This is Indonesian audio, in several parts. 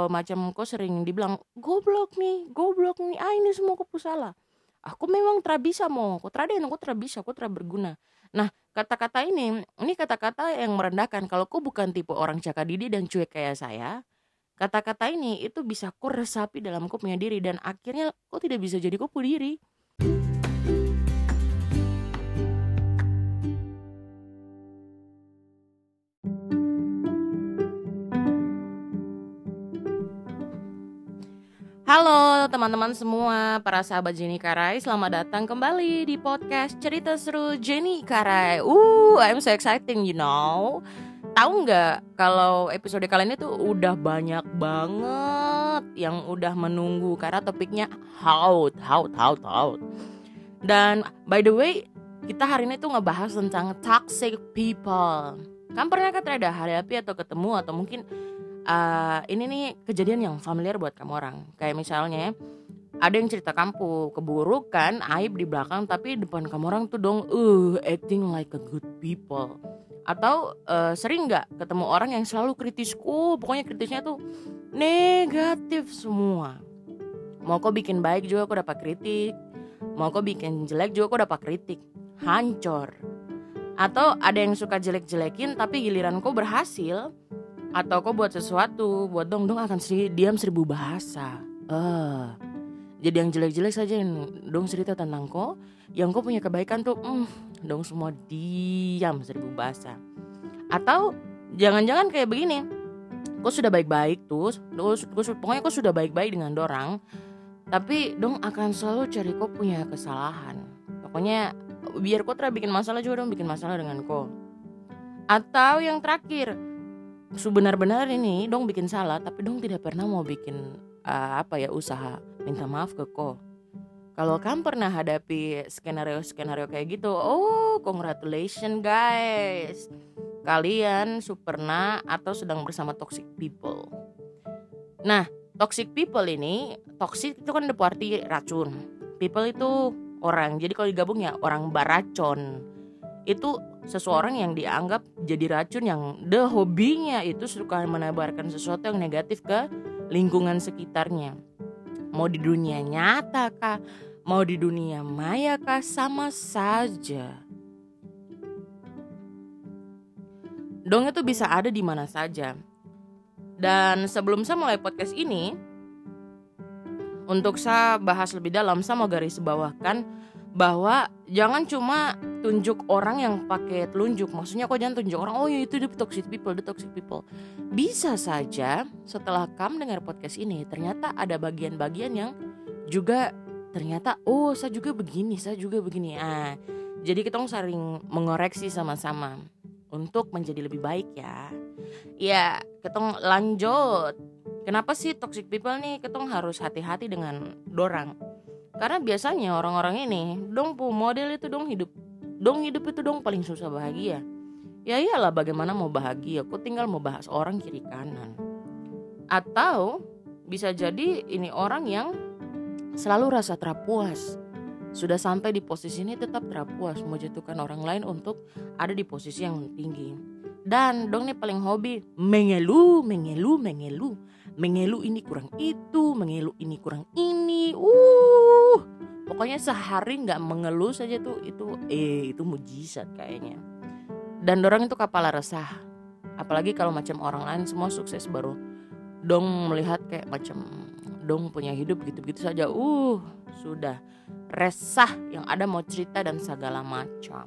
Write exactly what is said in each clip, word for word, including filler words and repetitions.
kalau macam kau sering dibilang goblok nih, goblok nih, ah ini semua kau salah. Aku memang tra bisa mo, kau tra den, kau tra bisa, kau tra berguna. Nah, kata-kata ini, ini kata-kata yang merendahkan. Kalau kau bukan tipe orang cakap didi dan cuek kayak saya, kata-kata ini itu bisa kau resapi dalam kau punya diri dan akhirnya kau tidak bisa jadi kau punya diri. Halo teman-teman semua, para sahabat Jenny Karai, selamat datang kembali di podcast Cerita Seru Jenny Karai. Uh, I'm so exciting, you know. Tahu nggak kalau episode kali ini tuh udah banyak banget yang udah menunggu karena topiknya haut, haut, haut, haut. Dan by the way, kita hari ini tuh ngebahas tentang toxic people. Kan pernah kan ada hadapi atau ketemu atau mungkin Uh, ini nih kejadian yang familiar buat kamu orang. Kayak misalnya ada yang cerita kamu keburukan, aib di belakang, tapi depan kamu orang tuh dong uh acting like a good people. Atau uh, sering gak ketemu orang yang selalu kritisku, pokoknya kritisnya tuh negatif semua. Mau kau bikin baik juga kau dapat kritik, mau kau bikin jelek juga kau dapat kritik. Hancur. Atau ada yang suka jelek-jelekin tapi giliran kau berhasil, atau kau buat sesuatu, buat dong dong akan seri, diam seribu bahasa. Uh, jadi yang jelek-jelek saja yang dong cerita tentang kau, yang kau punya kebaikan tuh, mm, dong semua diam seribu bahasa. Atau jangan-jangan kayak begini, kau sudah baik-baik tuh, kau, kau, pokoknya kau sudah baik-baik dengan dorang, tapi dong akan selalu cari kau punya kesalahan. Pokoknya biar kau tidak bikin masalah juga dong bikin masalah dengan kau. Atau yang terakhir, sebenar-benar ini dong bikin salah tapi dong tidak pernah mau bikin uh, apa ya usaha minta maaf ke kau. Kalau kamu pernah hadapi skenario-skenario kayak gitu, oh congratulations guys, kalian pernah atau sedang bersama toxic people. Nah, toxic people ini, toxic itu kan arti racun, people itu orang, jadi kalau digabung ya orang baracun. Itu seseorang yang dianggap jadi racun yang the hobinya itu suka menebarkan sesuatu yang negatif ke lingkungan sekitarnya. Mau di dunia nyata kah, mau di dunia maya kah, sama saja. Dong itu bisa ada di mana saja. Dan sebelum saya mulai podcast ini, untuk saya bahas lebih dalam, saya mau garis bawahkan bahwa jangan cuma tunjuk orang yang pakai telunjuk. Maksudnya kok jangan tunjuk orang, oh ya itu the toxic people, the toxic people. Bisa saja setelah kamu dengar podcast ini ternyata ada bagian-bagian yang juga ternyata oh saya juga begini, saya juga begini. Ah, jadi kita saling mengoreksi sama-sama untuk menjadi lebih baik ya. Ya, kita lanjut. Kenapa sih toxic people nih kita harus hati-hati dengan dorang? Karena biasanya orang-orang ini dong pu model itu dong hidup dong hidup itu dong paling susah bahagia. Ya iyalah bagaimana mau bahagia, kok tinggal mau bahas orang kiri kanan. Atau bisa jadi ini orang yang selalu rasa terpuas, sudah sampai di posisi ini tetap terpuas, mau jatuhkan orang lain untuk ada di posisi yang tinggi. Dan dong nih paling hobi mengeluh, mengeluh, mengeluh. Mengeluh ini kurang itu, mengeluh ini kurang ini. Uh, pokoknya sehari nggak mengeluh saja tuh itu, eh itu mujizat kayaknya. Dan dorang itu kepala resah. Apalagi kalau macam orang lain semua sukses baru dong melihat kayak macam dong punya hidup gitu-gitu saja. Uh, sudah resah yang ada mau cerita dan segala macam.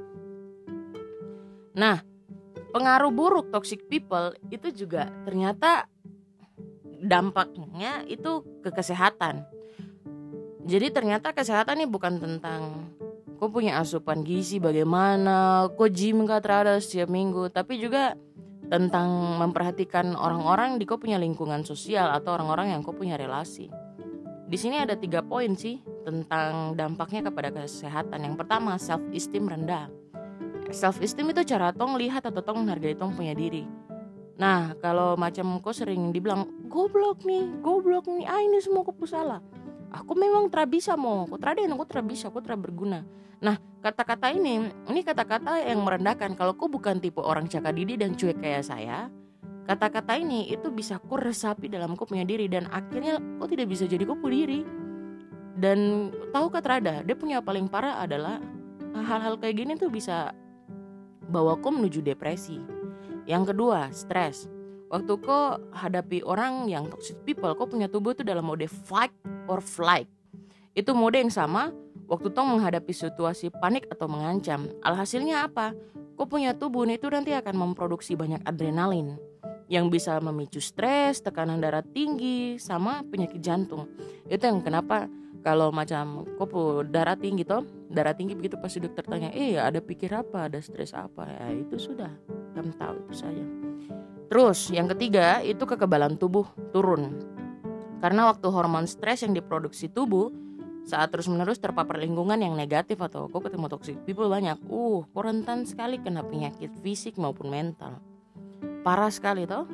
Nah, pengaruh buruk toxic people itu juga ternyata dampaknya itu ke kesehatan. Jadi ternyata kesehatan ini bukan tentang kau punya asupan gizi bagaimana, kau gym kah terada setiap minggu, tapi juga tentang memperhatikan orang-orang di kau punya lingkungan sosial atau orang-orang yang kau punya relasi. Di sini ada tiga poin sih tentang dampaknya kepada kesehatan. Yang pertama, self esteem rendah. Self esteem itu cara tong lihat atau tong menghargai tong punya diri. Nah, kalau macam kau sering dibilang goblok nih, goblok nih, ah ini semua kau salah. Aku memang tra bisa mo, kau tra den, kau tra bisa, kau tra berguna. Nah, kata-kata ini, ini kata-kata yang merendahkan. Kalau kau bukan tipe orang cakap didi dan cuek kayak saya, kata-kata ini itu bisa kau resapi dalam kau punya diri, dan akhirnya kau tidak bisa jadi kau punya diri. Dan tahu kah Trada, dia punya paling parah adalah hal-hal kayak gini tuh bisa bawa kau menuju depresi. Yang kedua, stres. Waktu kau hadapi orang yang toxic people, kau punya tubuh tuh dalam mode fight or flight. Itu mode yang sama waktu tong menghadapi situasi panik atau mengancam. Alhasilnya apa? Kau punya tubuh itu nanti akan memproduksi banyak adrenalin yang bisa memicu stres, tekanan darah tinggi, sama penyakit jantung. Itu yang kenapa kalau macam kau darah tinggi toh, darah tinggi begitu pasti dokter tanya, eh ada pikir apa, ada stres apa, ya itu sudah, kamu tahu itu saja. Terus yang ketiga itu kekebalan tubuh turun. Karena waktu hormon stres yang diproduksi tubuh saat terus-menerus terpapar lingkungan yang negatif atau kok ketemu toxic people banyak, uh, kok rentan sekali kena penyakit fisik maupun mental. Parah sekali toh.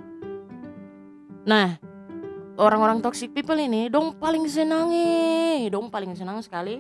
Nah, orang-orang toxic people ini dong paling senangi, dong paling senang sekali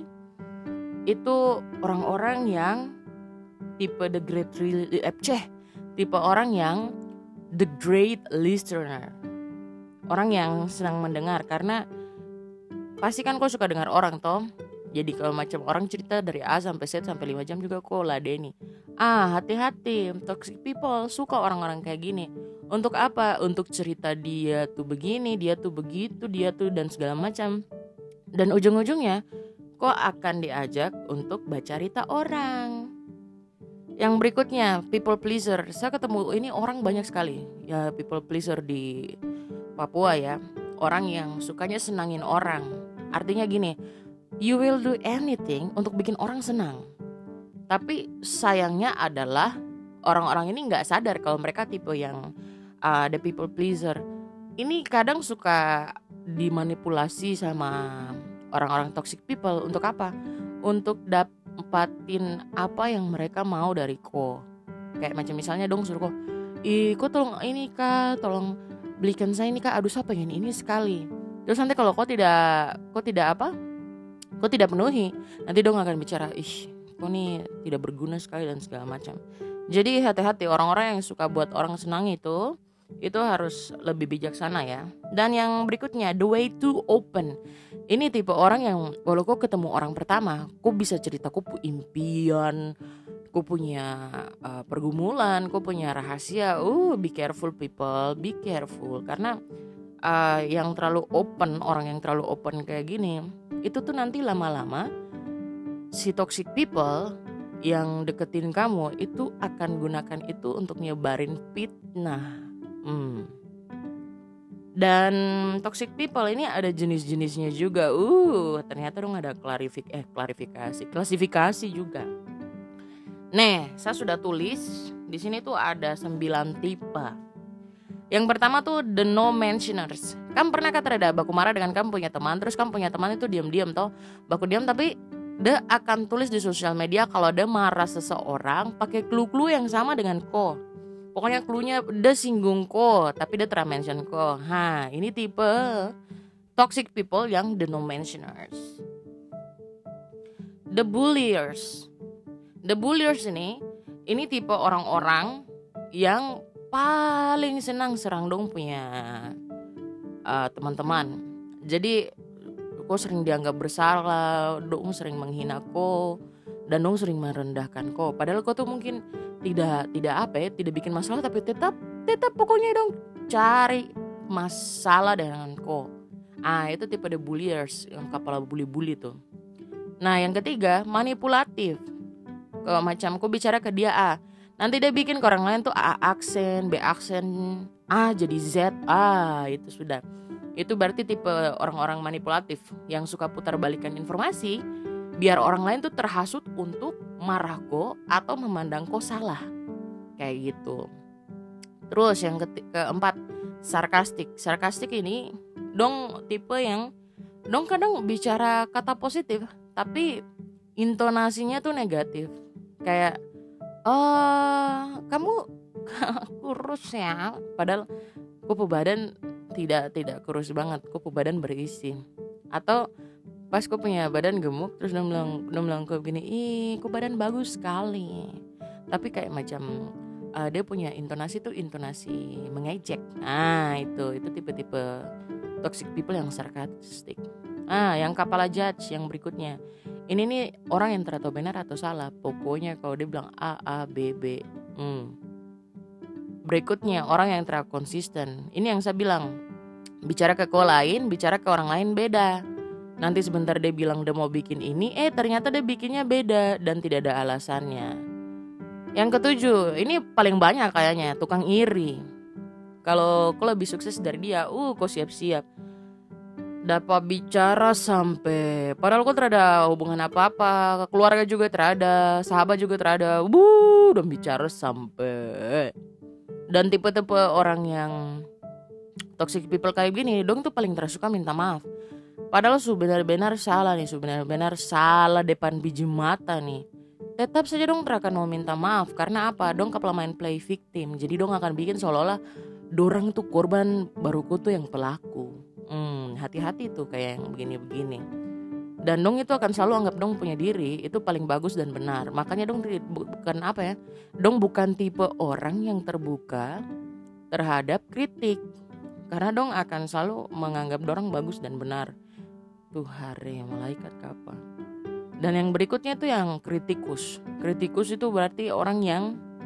itu orang-orang yang tipe the great eh, tipe orang yang the great listener. Orang yang senang mendengar, karena pasti kan kau suka dengar orang toh. Jadi kalau macam orang cerita dari A sampai Z sampai lima jam juga kau ladeni. Ah, hati-hati, toxic people suka orang-orang kayak gini. Untuk apa? Untuk cerita dia tuh begini, dia tuh begitu, dia tuh dan segala macam. Dan ujung-ujungnya kau akan diajak untuk baca cerita orang. Yang berikutnya, people pleaser. Saya ketemu ini orang banyak sekali. Ya, people pleaser di Papua ya. Orang yang sukanya senangin orang. Artinya gini, you will do anything untuk bikin orang senang. Tapi sayangnya adalah orang-orang ini gak sadar kalau mereka tipe yang uh, the people pleaser. Ini kadang suka dimanipulasi sama orang-orang toxic people. Untuk apa? Untuk dapatin apa yang mereka mau dari ko. Kayak macam misalnya dong suruh ko, ih kok tolong ini kak, tolong belikan saya ini kak, aduh saya pengen ini sekali. Terus nanti kalau kau tidak, kau tidak apa? Kau tidak penuhi, nanti dong akan bicara, ih kau nih tidak berguna sekali dan segala macam. Jadi hati-hati, orang-orang yang suka buat orang senang itu, itu harus lebih bijaksana ya. Dan yang berikutnya, the way to open. Ini tipe orang yang kalau kau ketemu orang pertama, kau bisa cerita kau punya impian, kau punya uh, pergumulan, kau punya rahasia. Uh, be careful people, be careful. Karena uh, yang terlalu open, orang yang terlalu open kayak gini, itu tuh nanti lama-lama si toxic people yang deketin kamu itu akan gunakan itu untuk nyebarin fitnah. Hmm. Dan toxic people ini ada jenis-jenisnya juga. Uh, ternyata dong ada klarifik eh klarifikasi, klasifikasi juga. Nih, saya sudah tulis di sini tuh ada sembilan tipe. Yang pertama tuh the no mentioners. Kamu pernah kata ada baku marah dengan kamu punya teman, terus kamu punya teman itu diam-diam toh, baku diam tapi dia akan tulis di sosial media kalau dia marah seseorang pakai clue-clue yang sama dengan ko. Pokoknya clue-nya dia singgung ko, tapi dia tidak mention ko. Ha, ini tipe toxic people yang the no mentioners. The bulliers. The bulliers ini, ini tipe orang-orang yang paling senang serang dong punya uh, teman-teman. Jadi kau sering dianggap bersalah, dong sering menghina kau, dan dong sering merendahkan kau. Padahal kau tuh mungkin tidak tidak apa ya, tidak bikin masalah, tapi tetap tetap pokoknya dong cari masalah dengan kau. Ah, itu tipe the bulliers, yang kepala bully-bully tuh. Nah, yang ketiga manipulatif. Kalau macam kau bicara ke dia A, nanti dia bikin ke orang lain tuh A aksen, B aksen, A jadi Z, ah itu sudah. Itu berarti tipe orang-orang manipulatif yang suka putar balikan informasi biar orang lain tuh terhasut untuk marah ko atau memandang ko salah. Kayak gitu. Terus yang ke- keempat, sarkastik. Sarkastik ini dong tipe yang dong kadang bicara kata positif tapi intonasinya tuh negatif. Kayak oh, kamu kurus ya, padahal kupu badan tidak tidak kurus banget, kupu badan berisi. Atau pas ku punya badan gemuk terus dia bilang dia bilang ku gini, ih ku badan bagus sekali, tapi kayak macam uh, dia punya intonasi tuh intonasi mengejek. Nah itu itu tipe-tipe toxic people yang sarkastik. Ah, yang kepala judge yang berikutnya. Ini nih orang yang tidak tahu benar atau salah. Pokoknya kalau dia bilang A, A, B, B. Hmm. Berikutnya orang yang tidak konsisten. Ini yang saya bilang. Bicara ke kau lain, bicara ke orang lain beda. Nanti sebentar dia bilang dia mau bikin ini, eh ternyata dia bikinnya beda dan tidak ada alasannya. Yang ketujuh, ini paling banyak kayaknya, tukang iri. Kalau kau lebih sukses dari dia, uh kau siap-siap. Dapat bicara sampai, padahal kau tidak ada hubungan apa-apa, keluarga juga tidak ada, sahabat juga tidak ada, wuh, dan bicara sampai. Dan tipe-tipe orang yang toxic people kayak gini, dong tuh paling tersuka minta maaf. Padahal sebenar-benar salah nih, sebenar-benar salah depan biji mata nih. Tetap saja dong terakan mau minta maaf. Karena apa? Dong kapal main play victim. Jadi dong akan bikin seolah-olah dorang tuh korban, baru ku tuh yang pelaku. Hmm, hati-hati tuh kayak yang begini-begini. Dan dong itu akan selalu anggap dong punya diri itu paling bagus dan benar. Makanya dong bukan apa ya? Dong bukan tipe orang yang terbuka terhadap kritik. Karena dong akan selalu menganggap dorang bagus dan benar. Tuh hari malaikat kapal. Dan yang berikutnya tuh yang kritikus. Kritikus itu berarti orang yang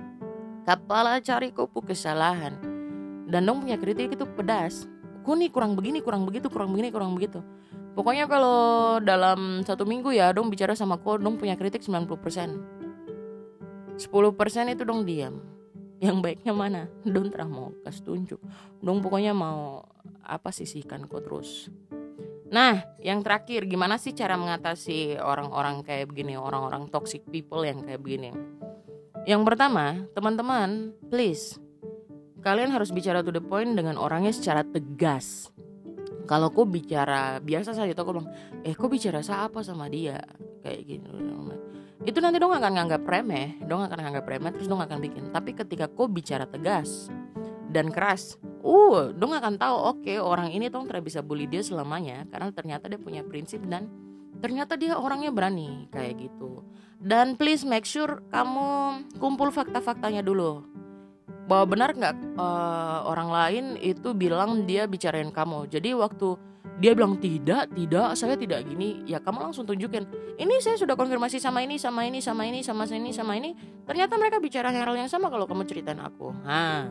kepala cari kopu kesalahan. Dan dong punya kritik itu pedas. Ku nih kurang begini, kurang begitu, kurang begini, kurang begitu. Pokoknya kalau dalam satu minggu ya dong bicara sama ku, dong punya kritik sembilan puluh persen. sepuluh persen itu dong diam. Yang baiknya mana? Dong terah mau kasih tunjuk. Dong pokoknya mau apa sisihkan kok terus. Nah, yang terakhir, gimana sih cara mengatasi orang-orang kayak begini, orang-orang toxic people yang kayak begini? Yang pertama, teman-teman, please, kalian harus bicara to the point dengan orangnya secara tegas. Kalau kau bicara biasa saja, kau bilang, eh kau bicara apa sama dia? Kayak gini. Itu nanti dong akan nganggap remeh, dong akan nganggap remeh, terus dong akan bikin. Tapi ketika kau bicara tegas dan keras, uh, dong akan tahu, oke okay, orang ini dong tidak bisa bully dia selamanya, karena ternyata dia punya prinsip dan ternyata dia orangnya berani kayak gitu. Dan please make sure kamu kumpul fakta-faktanya dulu, bahwa benar nggak uh, orang lain itu bilang dia bicarain kamu. Jadi waktu dia bilang tidak, tidak, saya tidak gini, ya kamu langsung tunjukin. Ini saya sudah konfirmasi sama ini, sama ini, sama ini, sama ini, sama ini. Ternyata mereka bicara hal yang sama kalau kamu ceritain aku. Nah,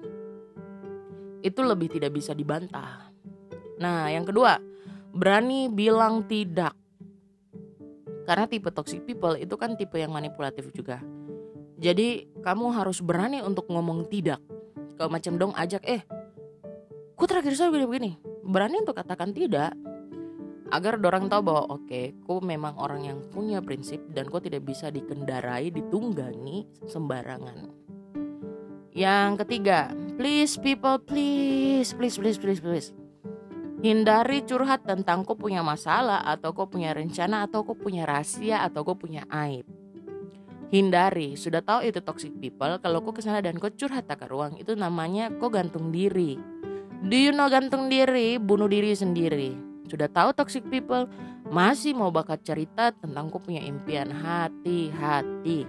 itu lebih tidak bisa dibantah. Nah, yang kedua, berani bilang tidak. Karena tipe toxic people itu kan tipe yang manipulatif juga. Jadi kamu harus berani untuk ngomong tidak. Kalau macam dong ajak, eh, ku terakhir saya begini-begini. Berani untuk katakan tidak, agar dorang tahu bahwa oke, okay, ku memang orang yang punya prinsip dan ku tidak bisa dikendarai, ditunggangi sembarangan. Yang ketiga, please people, please, please, please, please, please, hindari curhat tentang ku punya masalah atau ku punya rencana atau ku punya rahasia atau ku punya aib. Hindari, sudah tahu itu toxic people. Kalau ku kesana dan ku curhat tak ke ruang, itu namanya ku gantung diri. Do you know gantung diri, bunuh diri sendiri. Sudah tahu toxic people, masih mau bakat cerita tentang ku punya impian. Hati-hati.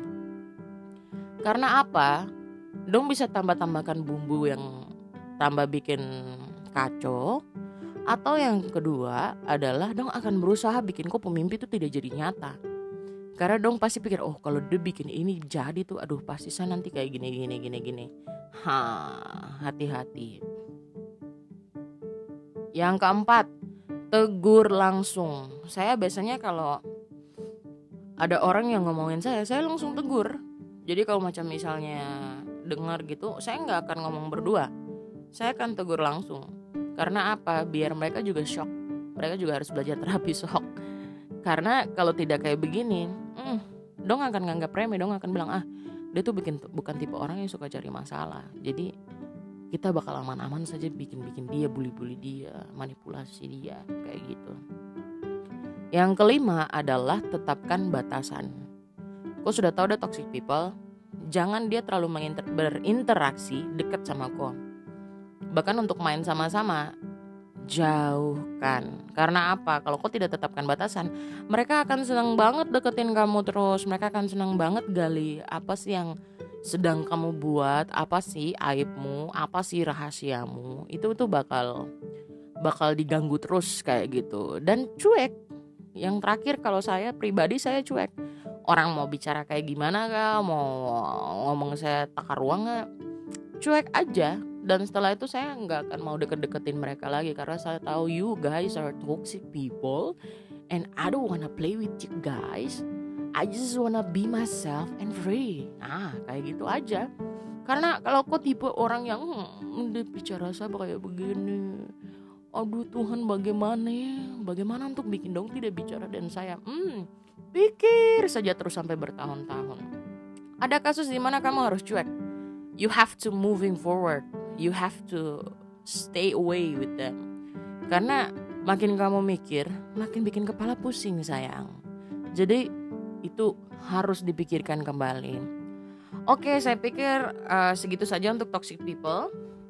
Karena apa? Dong bisa tambah-tambahkan bumbu yang tambah bikin kacau. Atau yang kedua adalah dong akan berusaha bikin ku pemimpi itu tidak jadi nyata. Karena dong pasti pikir, oh kalau dia bikin ini jadi tuh, aduh pasti saya nanti kayak gini gini gini gini. Ha, hati-hati. Yang keempat, tegur langsung. Saya biasanya kalau ada orang yang ngomongin saya, saya langsung tegur. Jadi kalau macam misalnya dengar gitu, saya nggak akan ngomong berdua, saya akan tegur langsung. Karena apa? Biar mereka juga shock. Mereka juga harus belajar terapi shock. Karena kalau tidak kayak begini, hmm, dong akan nganggap remeh, dong akan bilang, ah dia tuh bikin bukan tipe orang yang suka cari masalah. Jadi kita bakal aman-aman saja bikin-bikin dia, bully-bully dia, manipulasi dia, kayak gitu. Yang kelima adalah tetapkan batasan. Kau sudah tahu deh toxic people, jangan dia terlalu menginter- berinteraksi dekat sama kau. Bahkan untuk main sama-sama, jauhkan. Karena apa? Kalau kau tidak tetapkan batasan, mereka akan senang banget deketin kamu terus. Mereka akan senang banget gali apa sih yang sedang kamu buat, apa sih aibmu, apa sih rahasiamu, itu tuh bakal bakal diganggu terus kayak gitu. Dan cuek. Yang terakhir kalau saya pribadi saya cuek. Orang mau bicara kayak gimana kah, mau ngomong saya takar ruang gak, cuek aja. Dan setelah itu saya nggak akan mau deket-deketin mereka lagi, karena saya tahu you guys are toxic people and I don't wanna play with you guys. I just wanna be myself and free. Nah kayak gitu aja. Karena kalau kau tipe orang yang hmm, dia bicara saya kayak begini, aduh Tuhan bagaimana ya, bagaimana untuk bikin dong tidak bicara dan saya hmm, pikir saja terus sampai bertahun-tahun. Ada kasus di mana kamu harus cuek. You have to moving forward. You have to stay away with them. Karena makin kamu mikir, makin bikin kepala pusing sayang. Jadi itu harus dipikirkan kembali. Oke, saya pikir uh, segitu saja untuk toxic people.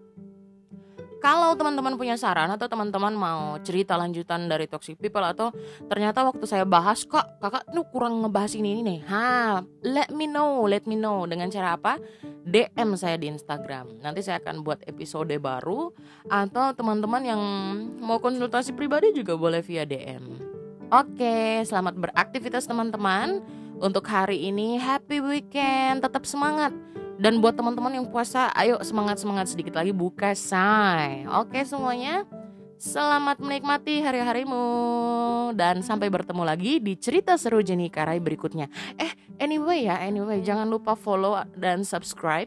Kalau teman-teman punya saran atau teman-teman mau cerita lanjutan dari toxic people, atau ternyata waktu saya bahas kok kakak tuh kurang ngebahas ini ini nih, ha, let me know, let me know dengan cara apa? D M saya di Instagram. Nanti saya akan buat episode baru, atau teman-teman yang mau konsultasi pribadi juga boleh via D M. Oke, selamat beraktivitas teman-teman. Untuk hari ini happy weekend, tetap semangat. Dan buat teman-teman yang puasa, ayo semangat-semangat sedikit lagi buka say. Oke semuanya, selamat menikmati hari-harimu. Dan sampai bertemu lagi di cerita seru Jenny Karai berikutnya. Eh anyway ya, anyway jangan lupa follow dan subscribe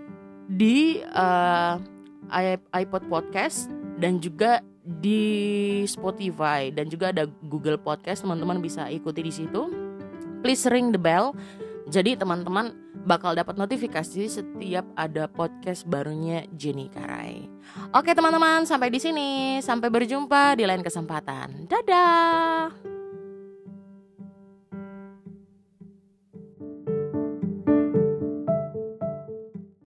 di uh, iPod Podcast dan juga di Spotify, dan juga ada Google Podcast, teman-teman bisa ikuti di situ. Please ring the bell. Jadi teman-teman bakal dapat notifikasi setiap ada podcast barunya Jenny Karai. Oke teman-teman, sampai di sini. Sampai berjumpa di lain kesempatan. Dadah.